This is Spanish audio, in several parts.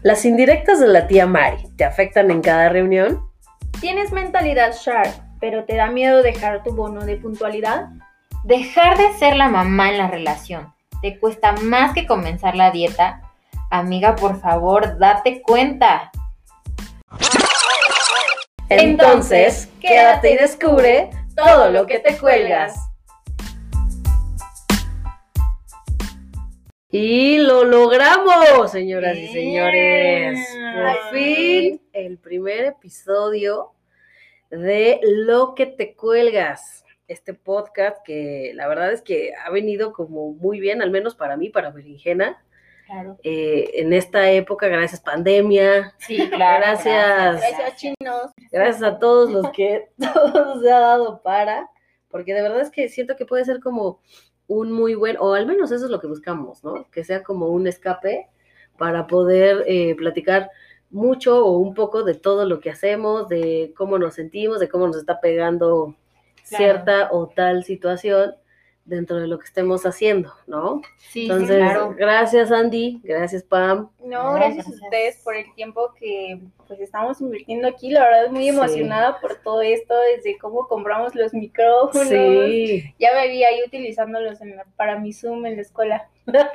¿Las indirectas de la tía Mari te afectan en cada reunión? ¿Tienes mentalidad sharp, pero te da miedo dejar tu bono de puntualidad? Dejar de ser la mamá en la relación. ¿Te cuesta más que comenzar la dieta? Amiga, por favor, date cuenta. Entonces, quédate y descubre todo lo que te cuelgas. Y lo logramos, señoras y señores. Por fin, el primer episodio de Lo que te cuelgas. Este podcast que la verdad es que ha venido como muy bien, al menos para mí, para Berenjena. Claro. En esta época, gracias pandemia. Sí, claro. Gracias, chinos. Gracias a todos los que todo se ha dado porque de verdad es que siento que puede ser como un muy buen, o al menos eso es lo que buscamos, ¿no? Que sea como un escape para poder platicar mucho o un poco de todo lo que hacemos, de cómo nos sentimos, de cómo nos está pegando cierta o tal situación dentro de lo que estemos haciendo, ¿no? Sí, entonces, sí, claro. Gracias Andy, gracias Pam. No, gracias a ustedes por el tiempo que pues estamos invirtiendo aquí. La verdad, muy emocionada por todo esto, desde cómo compramos los micrófonos. Sí. Ya me vi ahí utilizándolos para mi Zoom en la escuela.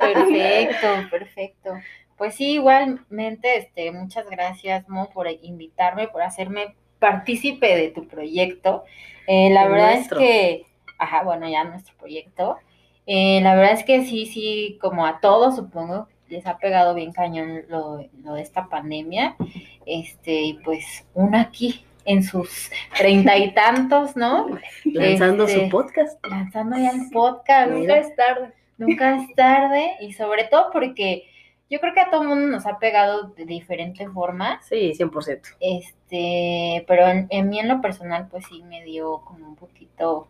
Perfecto. Pues sí, igualmente, muchas gracias, Mo, por invitarme, por hacerme partícipe de tu proyecto. La verdad es que, ya nuestro proyecto. La verdad es que sí, como a todos, supongo, les ha pegado bien cañón lo de esta pandemia. Y pues uno aquí en sus 30 y tantos, ¿no? Lanzando su podcast. Lanzando ya el podcast. Nunca es tarde, y sobre todo porque yo creo que a todo el mundo nos ha pegado de diferente forma. Sí, 100%. Pero en mí en lo personal pues sí me dio como un poquito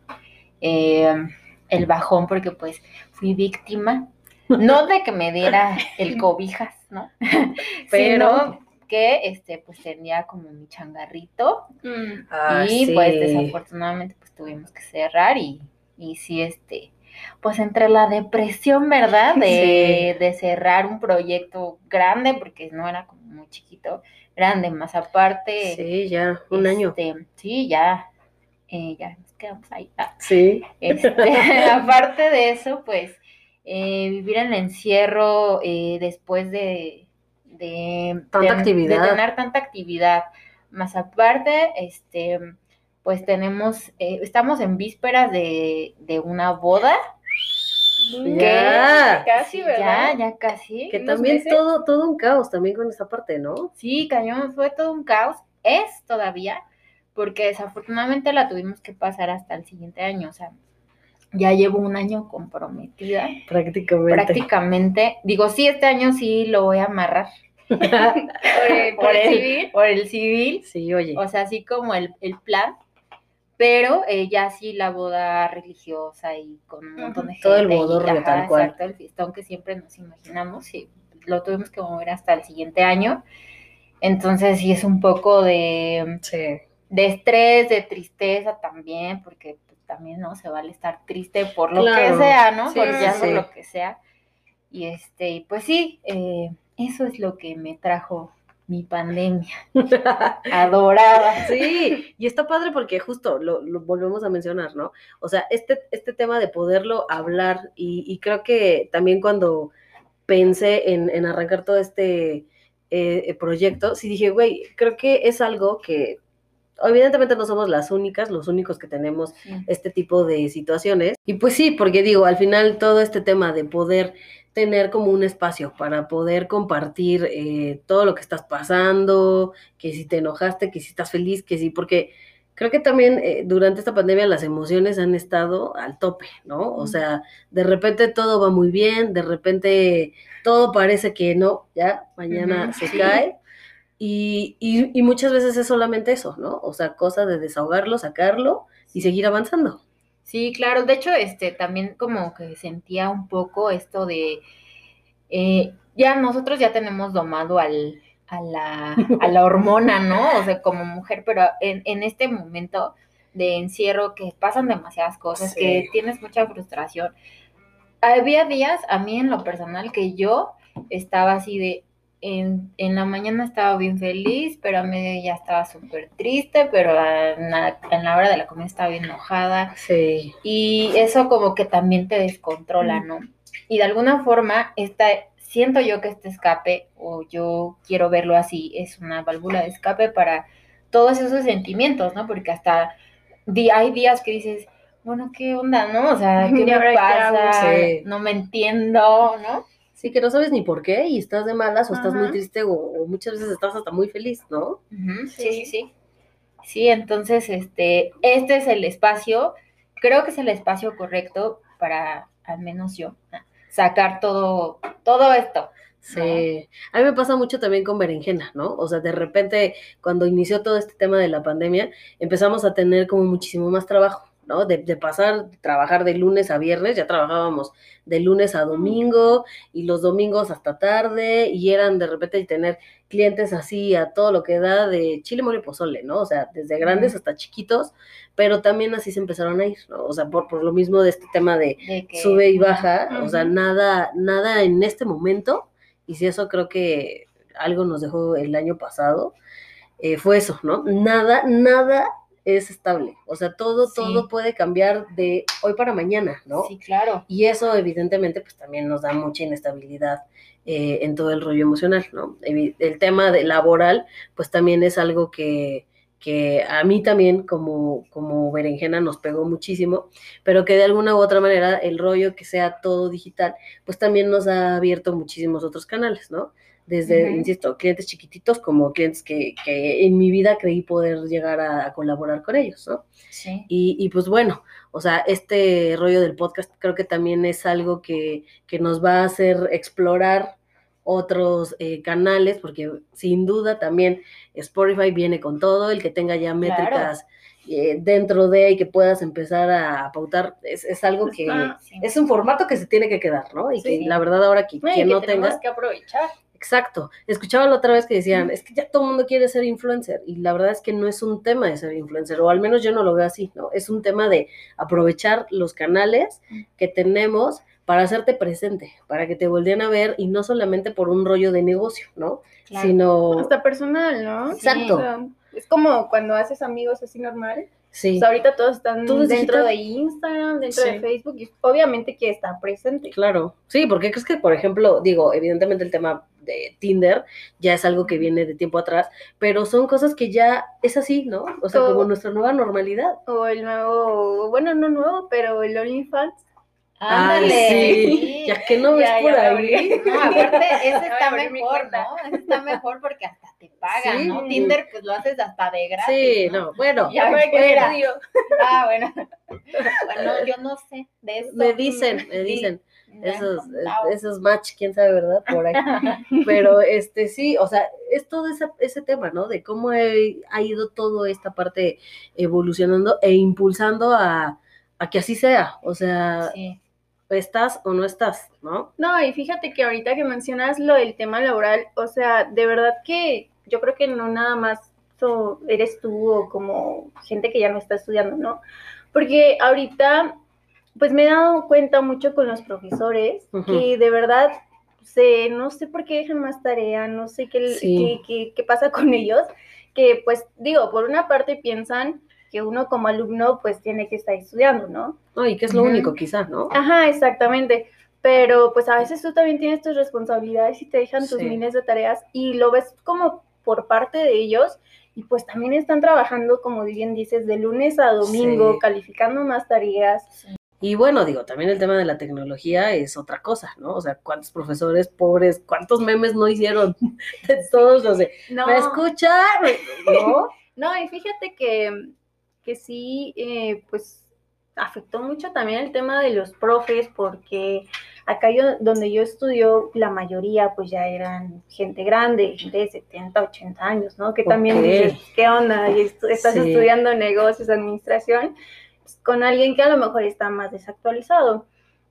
el bajón, porque pues fui víctima, no de que me diera el cobijas, ¿no? Sino que pues tenía como mi changarrito y pues desafortunadamente pues tuvimos que cerrar y sí pues entre la depresión, ¿verdad? De cerrar un proyecto grande, porque no era como muy chiquito, grande, más aparte. Sí, ya, un año. Sí, ya nos quedamos ahí. Sí. Aparte de eso, pues, vivir en el encierro después de tener tanta actividad, más aparte, pues estamos en vísperas de una boda. Casi, ¿verdad? Ya casi. Que también todo un caos también con esa parte, ¿no? Sí, cañón, fue todo un caos. Es todavía, porque desafortunadamente la tuvimos que pasar hasta el siguiente año. O sea, ya llevo un año comprometida. Prácticamente. Digo, sí, este año sí lo voy a amarrar. por el civil. Sí, oye. O sea, así como el plan. Pero ya sí la boda religiosa y con un montón de gente. Todo el bodorrio tal cual. Exacto, el fiestón que siempre nos imaginamos, y lo tuvimos que mover hasta el siguiente año. Entonces sí es un poco de estrés, de tristeza también, porque pues, también no se vale estar triste por lo que sea, ¿no? Por lo que sea. Y pues sí, eso es lo que me trajo mi pandemia adorada. Sí, y está padre porque justo lo volvemos a mencionar, ¿no? O sea, este tema de poderlo hablar, y creo que también cuando pensé en arrancar todo este proyecto, sí dije, güey, creo que es algo que evidentemente no somos los únicos que tenemos este tipo de situaciones. Y pues sí, porque digo, al final todo este tema de poder tener como un espacio para poder compartir todo lo que estás pasando, que si te enojaste, que si estás feliz, que sí, porque creo que también durante esta pandemia las emociones han estado al tope, ¿no? O sea, de repente todo va muy bien, de repente todo parece que no, ya, mañana se cae. Y muchas veces es solamente eso, ¿no? O sea, cosa de desahogarlo, sacarlo y seguir avanzando. Sí, claro. De hecho, también como que sentía un poco esto de ya nosotros ya tenemos domado a la hormona, ¿no? O sea, como mujer, pero en este momento de encierro que pasan demasiadas cosas, que tienes mucha frustración. Había días, a mí en lo personal, que yo estaba así de, en la mañana estaba bien feliz, pero a medio ya estaba súper triste, pero en la hora de la comida estaba bien enojada. Sí. Y eso como que también te descontrola, ¿no? Y de alguna forma, siento yo que este escape, o yo quiero verlo así, es una válvula de escape para todos esos sentimientos, ¿no? Porque hasta hay días que dices, bueno, ¿qué onda, no? O sea, ¿qué ¿Y ahora me qué hago? pasa? Sí. No me entiendo, ¿no? Sí, que no sabes ni por qué y estás de malas o estás muy Ajá. triste o muchas veces estás hasta muy feliz, ¿no? Ujú, Sí. sí. Sí, entonces, este es el espacio, creo que es el espacio correcto para, al menos yo, sacar todo esto, ¿no? Sí, a mí me pasa mucho también con berenjena, ¿no? O sea, de repente, cuando inició todo este tema de la pandemia, empezamos a tener como muchísimo más trabajo, ¿no? De pasar, trabajar de lunes a viernes, ya trabajábamos de lunes a domingo y los domingos hasta tarde y eran de repente tener clientes así a todo lo que da de chile, mole y pozole, ¿no? O sea, desde grandes hasta chiquitos, pero también así se empezaron a ir, ¿no? O sea, por lo mismo de este tema de que, sube y baja, o sea, Ujú. nada en este momento y si eso creo que algo nos dejó el año pasado, fue eso, ¿no? Nada es estable. O sea, todo puede cambiar de hoy para mañana, ¿no? Sí, claro. Y eso evidentemente pues también nos da mucha inestabilidad en todo el rollo emocional, ¿no? El tema de laboral pues también es algo que a mí también como berenjena nos pegó muchísimo, pero que de alguna u otra manera el rollo que sea todo digital, pues también nos ha abierto muchísimos otros canales, ¿no? Desde, insisto, clientes chiquititos como clientes que en mi vida creí poder llegar a colaborar con ellos, ¿no? Sí. Y pues bueno, o sea, este rollo del podcast creo que también es algo que nos va a hacer explorar otros canales, porque sin duda también Spotify viene con todo, el que tenga ya métricas dentro de y que puedas empezar a pautar, es algo que es un formato que se tiene que quedar, ¿no? Y que la verdad ahora quien no tenga... que aprovechar. Exacto. Escuchaba la otra vez que decían, es que ya todo el mundo quiere ser influencer y la verdad es que no es un tema de ser influencer, o al menos yo no lo veo así, ¿no? Es un tema de aprovechar los canales que tenemos para hacerte presente, para que te volteen a ver y no solamente por un rollo de negocio, ¿no? Claro. Sino... Hasta personal, ¿no? Exacto. O sea, es como cuando haces amigos así normal. Sí. Pues ahorita todos están Todo es dentro digital. de Instagram, dentro Sí. de Facebook, y obviamente que está presente. Claro, sí, porque crees que, por ejemplo, digo, evidentemente el tema de Tinder ya es algo que viene de tiempo atrás, pero son cosas que ya es así, ¿no? O sea, como nuestra nueva normalidad. O el nuevo, bueno, no nuevo, pero el OnlyFans. Ándale, sí. Ya que no ves Ya, por ya me ahí. aburrí. No, aparte, ese Ya está me abrí mi mejor, cuenta. ¿no? Ese está mejor porque hasta te pagan, Sí. ¿no? Tinder, pues lo haces hasta de gratis, Sí, ¿no? no, bueno, Ya para que fuera. estudio. Ah, bueno. Bueno, yo no sé de eso. me dicen, Me han contado. esos match, quién sabe, ¿verdad? Por ahí. Pero sí, o sea, es todo ese tema, ¿no? De cómo ha ido toda esta parte evolucionando e impulsando a que así sea, o sea, Sí. estás o no estás, ¿no? No, y fíjate que ahorita que mencionas lo del tema laboral, o sea, de verdad que yo creo que no nada más eres tú o como gente que ya no está estudiando, ¿no? Porque ahorita, pues me he dado cuenta mucho con los profesores que de verdad, no sé por qué dejan más tarea, no sé qué pasa con ellos, que pues digo, por una parte piensan que uno como alumno pues tiene que estar estudiando, ¿no? No, y que es lo único quizás, ¿no? Ajá, exactamente. Pero pues a veces tú también tienes tus responsabilidades y te dejan tus miles de tareas y lo ves como por parte de ellos y pues también están trabajando, como bien dices, de lunes a domingo, calificando más tareas. Y bueno, digo, también el tema de la tecnología es otra cosa, ¿no? O sea, ¿cuántos profesores pobres, cuántos memes no hicieron de todos los de, No. ¿me escuchan? ¿No? No, y fíjate que sí, pues afectó mucho también el tema de los profes, porque acá donde yo estudio, la mayoría pues ya eran gente grande, gente de 70, 80 años, ¿no? Que también dices, ¿qué onda? Y estás estudiando negocios, administración, pues, con alguien que a lo mejor está más desactualizado.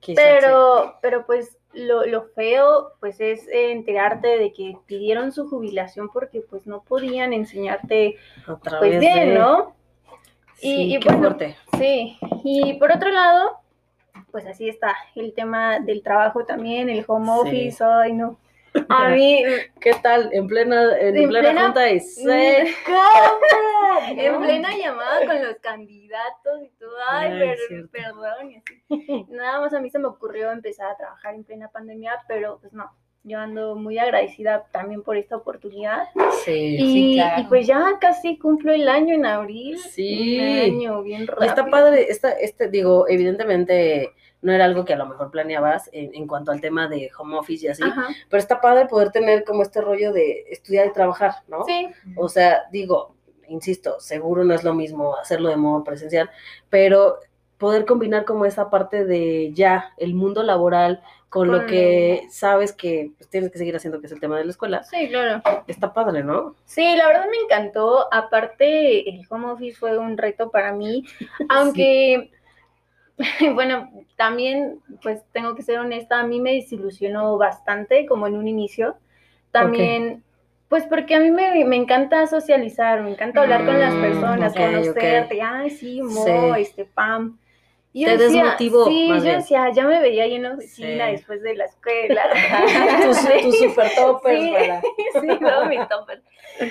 Pero pues lo feo pues es enterarte de que pidieron su jubilación porque pues no podían enseñarte pues bien, ¿no? Sí, y qué bueno, fuerte. Sí, y por otro lado, pues así está el tema del trabajo también, el home office, ay no. A mí, ¿Qué tal? En plena junta y se compra, ¿no? en plena llamada con los candidatos y todo, Ay, cierto. perdón, y así. Nada más a mí se me ocurrió empezar a trabajar en plena pandemia, pero pues no, yo ando muy agradecida también por esta oportunidad. Sí. Sí, claro. Y pues ya casi cumplo el año en abril. Sí. Un año bien Y rápido. está padre, digo, evidentemente no era algo que a lo mejor planeabas en cuanto al tema de home office y así, Ajá. pero está padre poder tener como este rollo de estudiar y trabajar, ¿no? Sí. O sea, digo, insisto, seguro no es lo mismo hacerlo de modo presencial, pero poder combinar como esa parte de ya el mundo laboral con lo que sabes que pues, tienes que seguir haciendo, que es el tema de la escuela, Sí, claro. está padre, ¿no? Sí, la verdad me encantó. Aparte, el home office fue un reto para mí, aunque, bueno, también, pues tengo que ser honesta, a mí me desilusionó bastante, como en un inicio. También, pues porque a mí me encanta socializar, me encanta hablar con las personas, ok, conocerte. Ay, sí, Mo, Pam. Y yo Te decía, desmotivó, sí, más yo bien. decía, ya me veía ahí en la oficina Sí. después de la escuela. Tu super topper, Sí, para. sí, todo mi topper.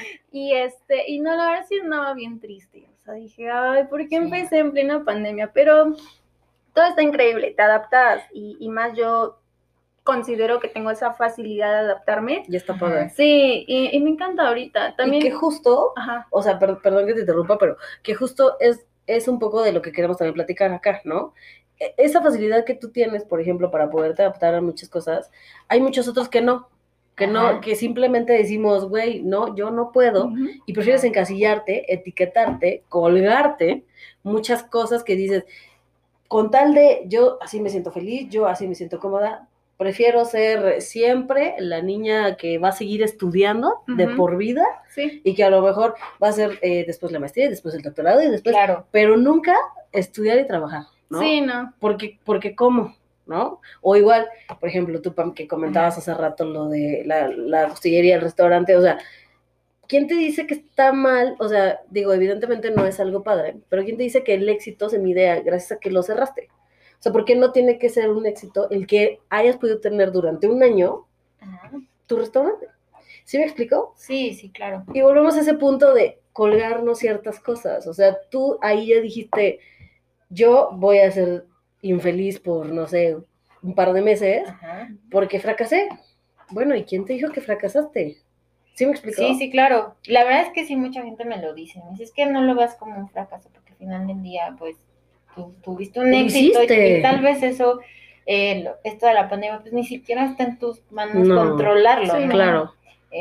Y no, la verdad sí andaba bien triste. O sea, dije, ay, ¿por qué empecé en plena pandemia? Pero todo está increíble, te adaptas y más yo considero que tengo esa facilidad de adaptarme. Ya está padre. Sí, y me encanta ahorita. También, y que justo, ajá. O sea, perdón que te interrumpa, pero que justo es un poco de lo que queremos también platicar acá, ¿no? Esa facilidad que tú tienes, por ejemplo, para poderte adaptar a muchas cosas, hay muchos otros que no, que simplemente decimos, güey, no, yo no puedo, y prefieres encasillarte, etiquetarte, colgarte, muchas cosas que dices, con tal de yo así me siento feliz, yo así me siento cómoda, prefiero ser siempre la niña que va a seguir estudiando de por vida, Sí. y que a lo mejor va a hacer después la maestría, después el doctorado y después, Claro. pero nunca estudiar y trabajar, ¿no? Sí, no. Porque ¿cómo? ¿No? O igual, por ejemplo, tú, Pam, que comentabas hace rato lo de la costillería, el restaurante, o sea, ¿quién te dice que está mal? O sea, digo, evidentemente no es algo padre, pero ¿quién te dice que el éxito se mide gracias a que lo cerraste? O sea, ¿por qué no tiene que ser un éxito el que hayas podido tener durante un año tu restaurante? ¿Sí me explico? Sí, sí, claro. Y volvemos a ese punto de colgarnos ciertas cosas. O sea, tú ahí ya dijiste, yo voy a ser infeliz por, no sé, un par de meses porque fracasé. Bueno, ¿y quién te dijo que fracasaste? ¿Sí me explicó? Sí, sí, claro. La verdad es que sí, mucha gente me lo dice. Me dice, es que no lo veas como un fracaso, porque al final del día, pues, tú tuviste un éxito y tal vez eso, esto de la pandemia, pues ni siquiera está en tus manos controlarlo, sí, ¿no? Claro.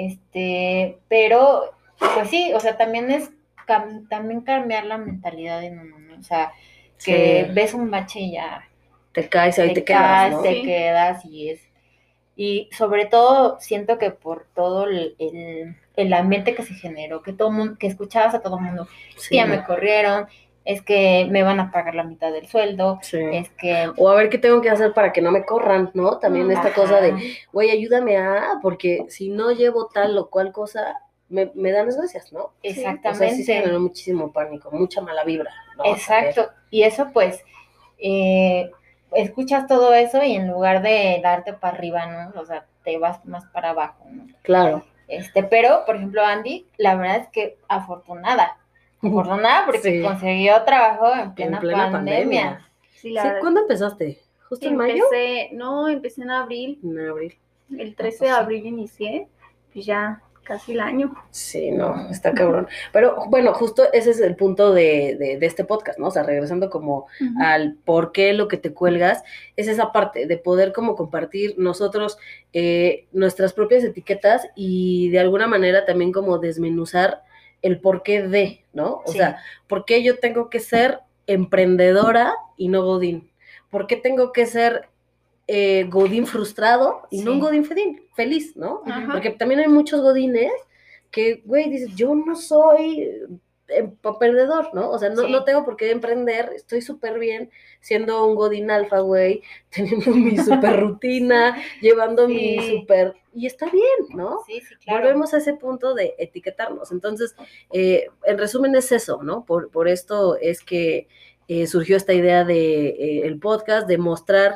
Pero, pues sí, o sea, también es también cambiar la mentalidad en uno, ¿no? O sea, que ves un bache y ya te caes, ahí te quedas, quedas, ¿no? te quedas y sobre todo siento que por todo el ambiente que se generó, que todo mundo, que escuchabas a todo el mundo, es que ya me corrieron, es que me van a pagar la mitad del sueldo, es que... O a ver qué tengo que hacer para que no me corran, ¿no? También esta cosa de, güey, ayúdame porque si no llevo tal o cual cosa, me dan desgracias, ¿no? Exactamente. O sea, sí se generó muchísimo pánico, mucha mala vibra, ¿no? Exacto, también. Y eso pues... escuchas todo eso y en lugar de darte para arriba, ¿no? O sea, te vas más para abajo, ¿no? Claro. Pero, por ejemplo, Andy, la verdad es que afortunada porque consiguió trabajo en plena pandemia. Sí, ¿Cuándo empezaste? ¿Justo en mayo? Empecé en abril. En abril. El 13 de abril inicié, pues ya casi el año. Sí, no, está cabrón. Pero bueno, justo ese es el punto de este podcast, ¿no? O sea, regresando como al por qué lo que te cuelgas, es esa parte de poder como compartir nosotros nuestras propias etiquetas y de alguna manera también como desmenuzar el porqué de, ¿no? O sea, ¿por qué yo tengo que ser emprendedora y no godín? ¿Por qué tengo que ser godín frustrado y no un godín feliz, ¿no? Porque también hay muchos godines que, güey, dices, yo no soy perdedor, ¿no? O sea, no tengo por qué emprender, estoy súper bien siendo un godín alfa, güey, teniendo mi súper rutina, llevando mi súper... Y está bien, ¿no? Sí, claro. Volvemos a ese punto de etiquetarnos. Entonces, en resumen es eso, ¿no? Por esto es que surgió esta idea de el podcast, de mostrar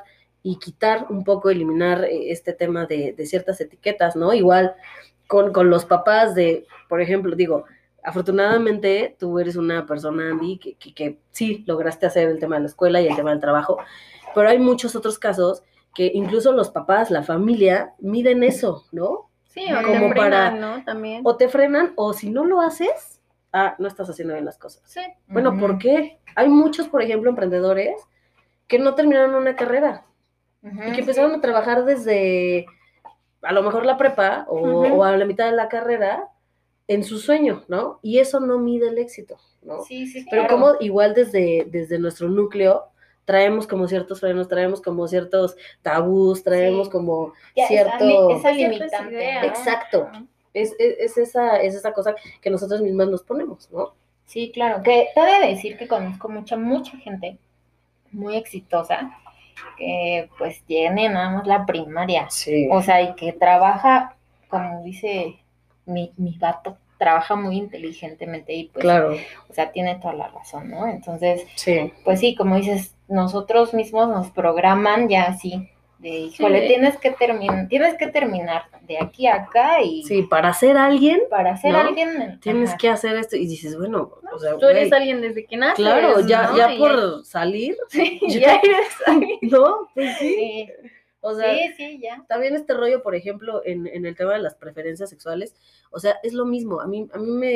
y quitar un poco, eliminar este tema de ciertas etiquetas, ¿no? Igual con los papás de, por ejemplo, digo, afortunadamente tú eres una persona, Andy, que sí lograste hacer el tema de la escuela y el tema del trabajo, pero hay muchos otros casos que incluso los papás, la familia, miden eso, ¿no? Sí, o te Como frenan, para, ¿no? También. o te frenan, o si no lo haces, no estás haciendo bien las cosas. Sí. Bueno, ¿por qué? Hay muchos, por ejemplo, emprendedores que no terminaron una carrera y que empezaron a trabajar desde a lo mejor la prepa o a la mitad de la carrera en su sueño, ¿no? Y eso no mide el éxito, ¿no? Sí, sí, Pero claro. como igual desde nuestro núcleo traemos como ciertos frenos, traemos como ciertos tabús, traemos como Ya, cierto... esa limitante, ideas. ¿no? Exacto. Es esa cosa que nosotros mismas nos ponemos, ¿no? Sí, claro. Que te he de decir que conozco mucha gente muy exitosa que pues tiene nada más la primaria. Sí. O sea, y que trabaja, como dice mi vato, trabaja muy inteligentemente y pues, Claro. o sea, tiene toda la razón, ¿no? Entonces, Sí. pues sí, como dices, nosotros mismos nos programan ya así, de híjole, Sí. tienes que terminar de aquí a acá y Sí, para ser alguien, para ser ¿no? alguien tienes ajá. que hacer esto y dices, bueno, o sea, Tú eres güey, alguien desde que naces, claro, ¿no? ya Y por salir, sí, ya eres alguien. ¿no? Pues sí. Sí, O sea, sí, ya. también este rollo, por ejemplo, en el tema de las preferencias sexuales, o sea, es lo mismo. A mí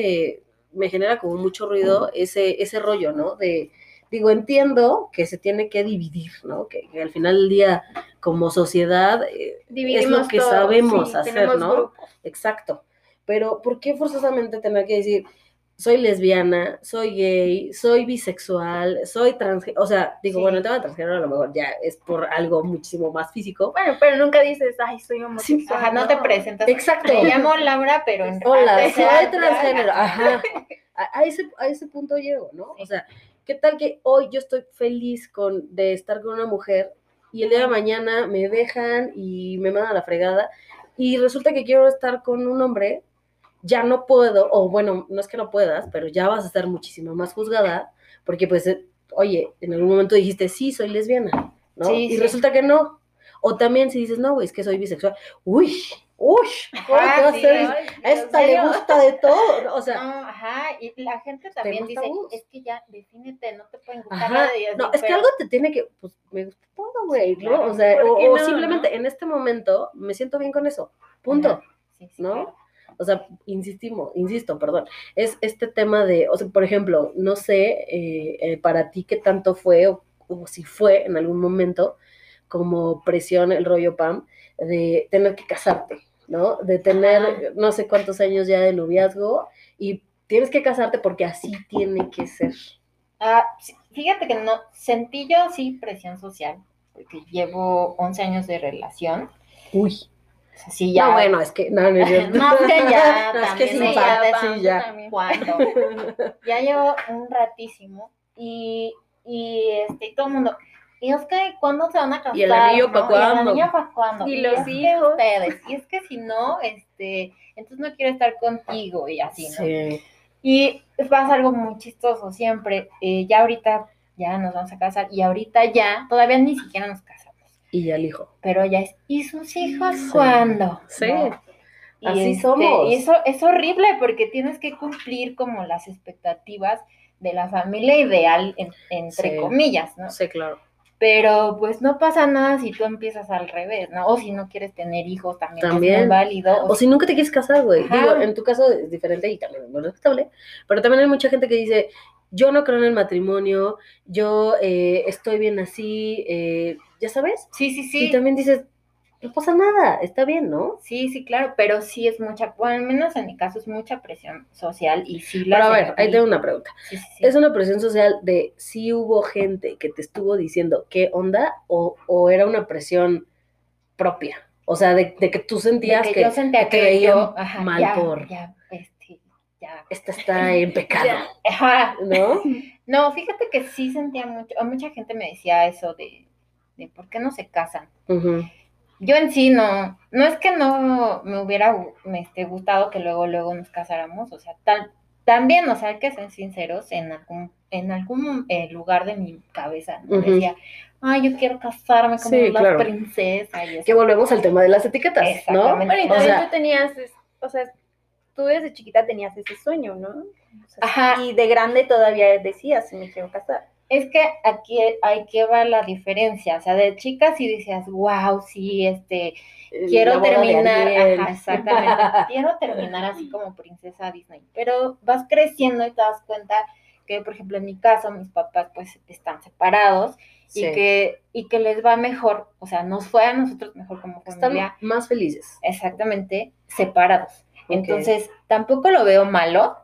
me genera como mucho ruido ese rollo, ¿no? Digo, entiendo que se tiene que dividir, ¿no? Que al final del día, como sociedad, es lo Dividimos que todo, sabemos sí, hacer, tenemos ¿no? grupos. Exacto. Pero, ¿por qué forzosamente tener que decir, soy lesbiana, soy gay, soy bisexual, soy transgénero? O sea, digo, Sí. bueno, el tema de transgénero a lo mejor ya es por algo muchísimo más físico. Bueno, pero nunca dices, ay, soy homosexual. Ajá, no te presentas. Exacto. Me llamo Laura, pero en Hola, realidad soy transgénero. Ajá. A ese punto llego, ¿no? Sí. O sea, ¿qué tal que hoy yo estoy feliz de estar con una mujer y el día de mañana me dejan y me mandan a la fregada y resulta que quiero estar con un hombre? Ya no puedo, o bueno, no es que no puedas, pero ya vas a estar muchísimo más juzgada, porque pues, oye, en algún momento dijiste, sí, soy lesbiana, ¿no? Sí, y sí. resulta que no. O también si dices, no, güey, es que soy bisexual, uy, ¿cómo te vas a hacer? A esta le gusta de todo, ¿no? O sea, no, ajá, y la gente también dice, tabús. es que ya, defínete, no te pueden gustar Ajá, nada de no, es que algo te tiene que, pues, me gusta todo, güey, Sí, ¿no? claro. O sea, ¿Por qué o no, simplemente no? en este momento me siento bien con eso, punto. Ajá. Sí, ¿no? claro. O sea, insisto, perdón, es este tema de, o sea, por ejemplo, no sé para ti qué tanto fue o si fue en algún momento como presión el rollo Pam de tener que casarte, ¿no? De tener no sé cuántos años ya de noviazgo y tienes que casarte porque así tiene que ser. Fíjate que no, sentí yo sí presión social, porque llevo 11 años de relación. Uy. Sí, ya. No, bueno, es que no, no, no, es que ya, no, también, es que sí, ya, sí, ya. ¿Cuándo? Ya llevo un ratísimo y todo el mundo, y es que ¿cuándo se van a casar? ¿Y el anillo para ¿no? cuándo? ¿Y el anillo para cuándo? Y los es hijos. que ustedes, y es que si no, entonces no quiero estar contigo y así, ¿no? Sí. Y pasa algo muy chistoso siempre, ya ahorita ya nos vamos a casar y ahorita ya, todavía ni siquiera nos casamos. Y ya el hijo. Pero ya es, ¿y sus hijos Sí. cuándo? Sí. ¿No? Y así somos. Y eso es horrible porque tienes que cumplir como las expectativas de la familia ideal, entre Sí. comillas, ¿no? Sí, claro. Pero pues no pasa nada si tú empiezas al revés, ¿no? O si no quieres tener hijos, también. Es muy válido. O si nunca te quieres casar, güey. Ajá. Digo, en tu caso es diferente y también es muy respetable, pero también hay mucha gente que dice, yo no creo en el matrimonio, yo estoy bien así, ¿ya sabes? Sí. Y también dices, no pasa nada, está bien, ¿no? Sí, claro, pero sí es mucha, bueno, al menos en mi caso es mucha presión social y sí Pero a ver, ahí tengo una pregunta. Sí. ¿Es una presión social de si hubo gente que te estuvo diciendo qué onda o era una presión propia? O sea, de que tú sentías yo sentía que te veían mal por... ya. Esta está en pecado, Ajá. ¿no? No, fíjate que sí sentía mucha gente me decía eso de ¿por qué no se casan? Uh-huh. Yo en sí no es que no me hubiera gustado que luego nos casáramos, o sea, también, o sea, hay que ser sinceros, en algún lugar de mi cabeza, ¿no? Uh-huh. Decía, ay, yo quiero casarme como Sí, las claro. princesas. Y eso. Que volvemos al tema de las etiquetas, ¿no? Exactamente. Bueno, y O también sea, tú tenías, o sea, tú desde chiquita tenías ese sueño, ¿no? O sea, Ajá. y de grande todavía decías, me quiero casar. Es que aquí hay que ver la diferencia, o sea, de chica sí decías, wow, sí, quiero la boda de terminar, Ariel. ajá, exactamente, quiero terminar así como princesa Disney, pero vas creciendo y te das cuenta que, por ejemplo, en mi caso, mis papás pues están separados Sí. y que les va mejor, o sea, nos fue a nosotros mejor como familia, Están más felices. exactamente, separados. Ok. Entonces, tampoco lo veo malo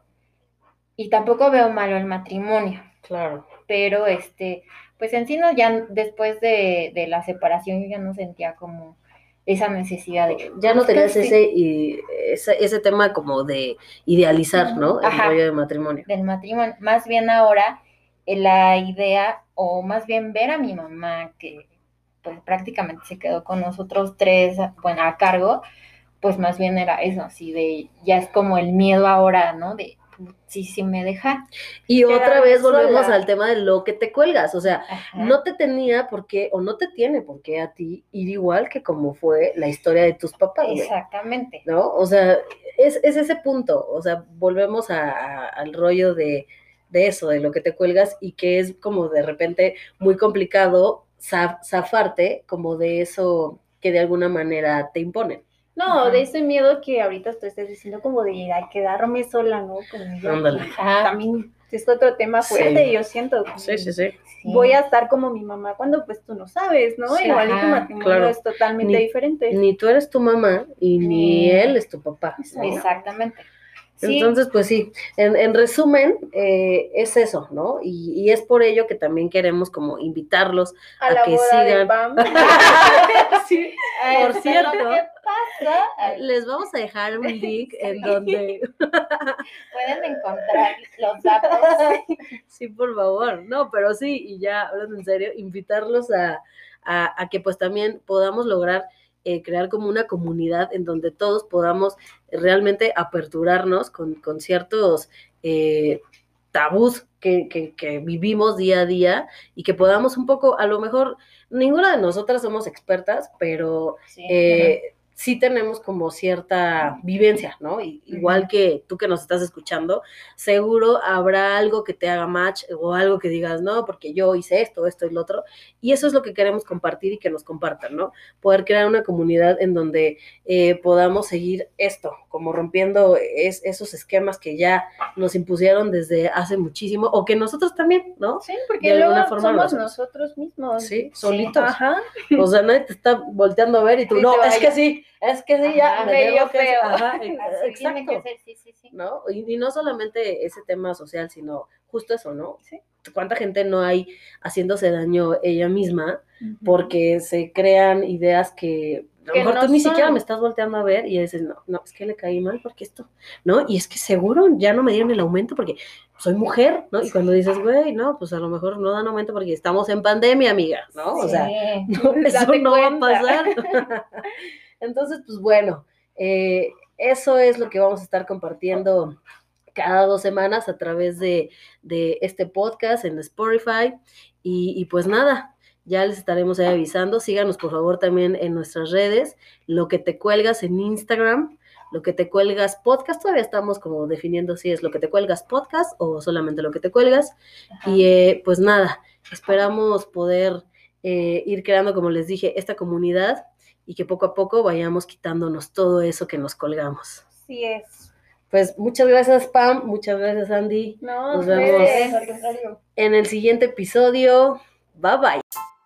y tampoco veo malo el matrimonio. Claro. Pero pues en sí no, ya después de la separación yo ya no sentía como esa necesidad de... Ya no tenías sí, ese tema como de idealizar, ¿no? El Ajá. rollo de matrimonio. Del matrimonio. Más bien ahora la idea, o más bien ver a mi mamá que pues prácticamente se quedó con nosotros tres, bueno, a cargo, pues más bien era eso, así de, ya es como el miedo ahora, ¿no? De, si me deja. Y otra Quedarme vez volvemos sola. al tema de lo que te cuelgas, o sea, Ajá. no te tenía por qué, o no te tiene por qué a ti ir igual que como fue la historia de tus papás, güey, Exactamente. ¿no? O sea, es ese punto, o sea, volvemos al rollo de eso, de lo que te cuelgas y que es como de repente muy complicado zafarte como de eso que de alguna manera te imponen. No, Ajá. de ese miedo que ahorita tú estás diciendo como de ay, quedarme sola, ¿no? Como ya Ándale. que también es otro tema fuerte, Sí. yo siento. Sí, sí, sí. Voy a estar como mi mamá cuando pues tú no sabes, ¿no? Sí, Igual y tu ajá, matrimonio claro. es totalmente diferente. Ni tú eres tu mamá y ni él es tu papá, ¿no? Exactamente. Sí. Entonces, pues sí, en resumen, es eso, ¿no? Y es por ello que también queremos como invitarlos A la que boda de sigan. Pam. Sí, Ay, por cierto, ¿qué pasa? Ay, les vamos a dejar un link Sí. en donde, pueden encontrar los datos. sí, por favor, no, pero sí, y ya hablando en serio, invitarlos a que pues también podamos lograr crear como una comunidad en donde todos podamos realmente aperturarnos con ciertos tabús que vivimos día a día y que podamos un poco, a lo mejor, ninguna de nosotras somos expertas, pero Sí, sí tenemos como cierta vivencia, ¿no? Igual que tú que nos estás escuchando, seguro habrá algo que te haga match o algo que digas, no, porque yo hice esto y lo otro, y eso es lo que queremos compartir y que nos compartan, ¿no? Poder crear una comunidad en donde podamos seguir esto, como rompiendo esos esquemas que ya nos impusieron desde hace muchísimo, o que nosotros también, ¿no? Sí, porque luego somos nosotros mismos. Sí, solitos. Ajá. O sea, nadie te está volteando a ver y tú, Sí, no, te es vaya. que sí, ya Ajá, me medio digo que es, feo. ajá, así tiene que exacto, ser, sí. ¿no? Y no solamente ese tema social, sino justo eso, ¿no? Sí. ¿Cuánta gente no hay haciéndose daño ella misma porque se crean ideas que a lo mejor no tú ni son. siquiera me estás volteando a ver y dices, no, es que le caí mal porque esto, ¿no? Y es que seguro ya no me dieron el aumento porque soy mujer, ¿no? Y cuando dices, güey, no, pues a lo mejor no dan aumento porque estamos en pandemia, amiga, ¿no? O sea, no, eso Date no va a cuenta. pasar. Entonces, pues bueno, eso es lo que vamos a estar compartiendo cada 2 semanas a través de este podcast en Spotify. Y pues nada, ya les estaremos ahí avisando. Síganos por favor también en nuestras redes, Lo que te cuelgas en Instagram, Lo que te cuelgas podcast, todavía estamos como definiendo si es Lo que te cuelgas podcast o solamente Lo que te cuelgas. Ajá. Y pues nada, esperamos poder ir creando, como les dije, esta comunidad y que poco a poco vayamos quitándonos todo eso que nos colgamos. Así es. Pues muchas gracias, Pam, muchas gracias, Andy. No, nos vemos al contrario. en el siguiente episodio. Bye bye.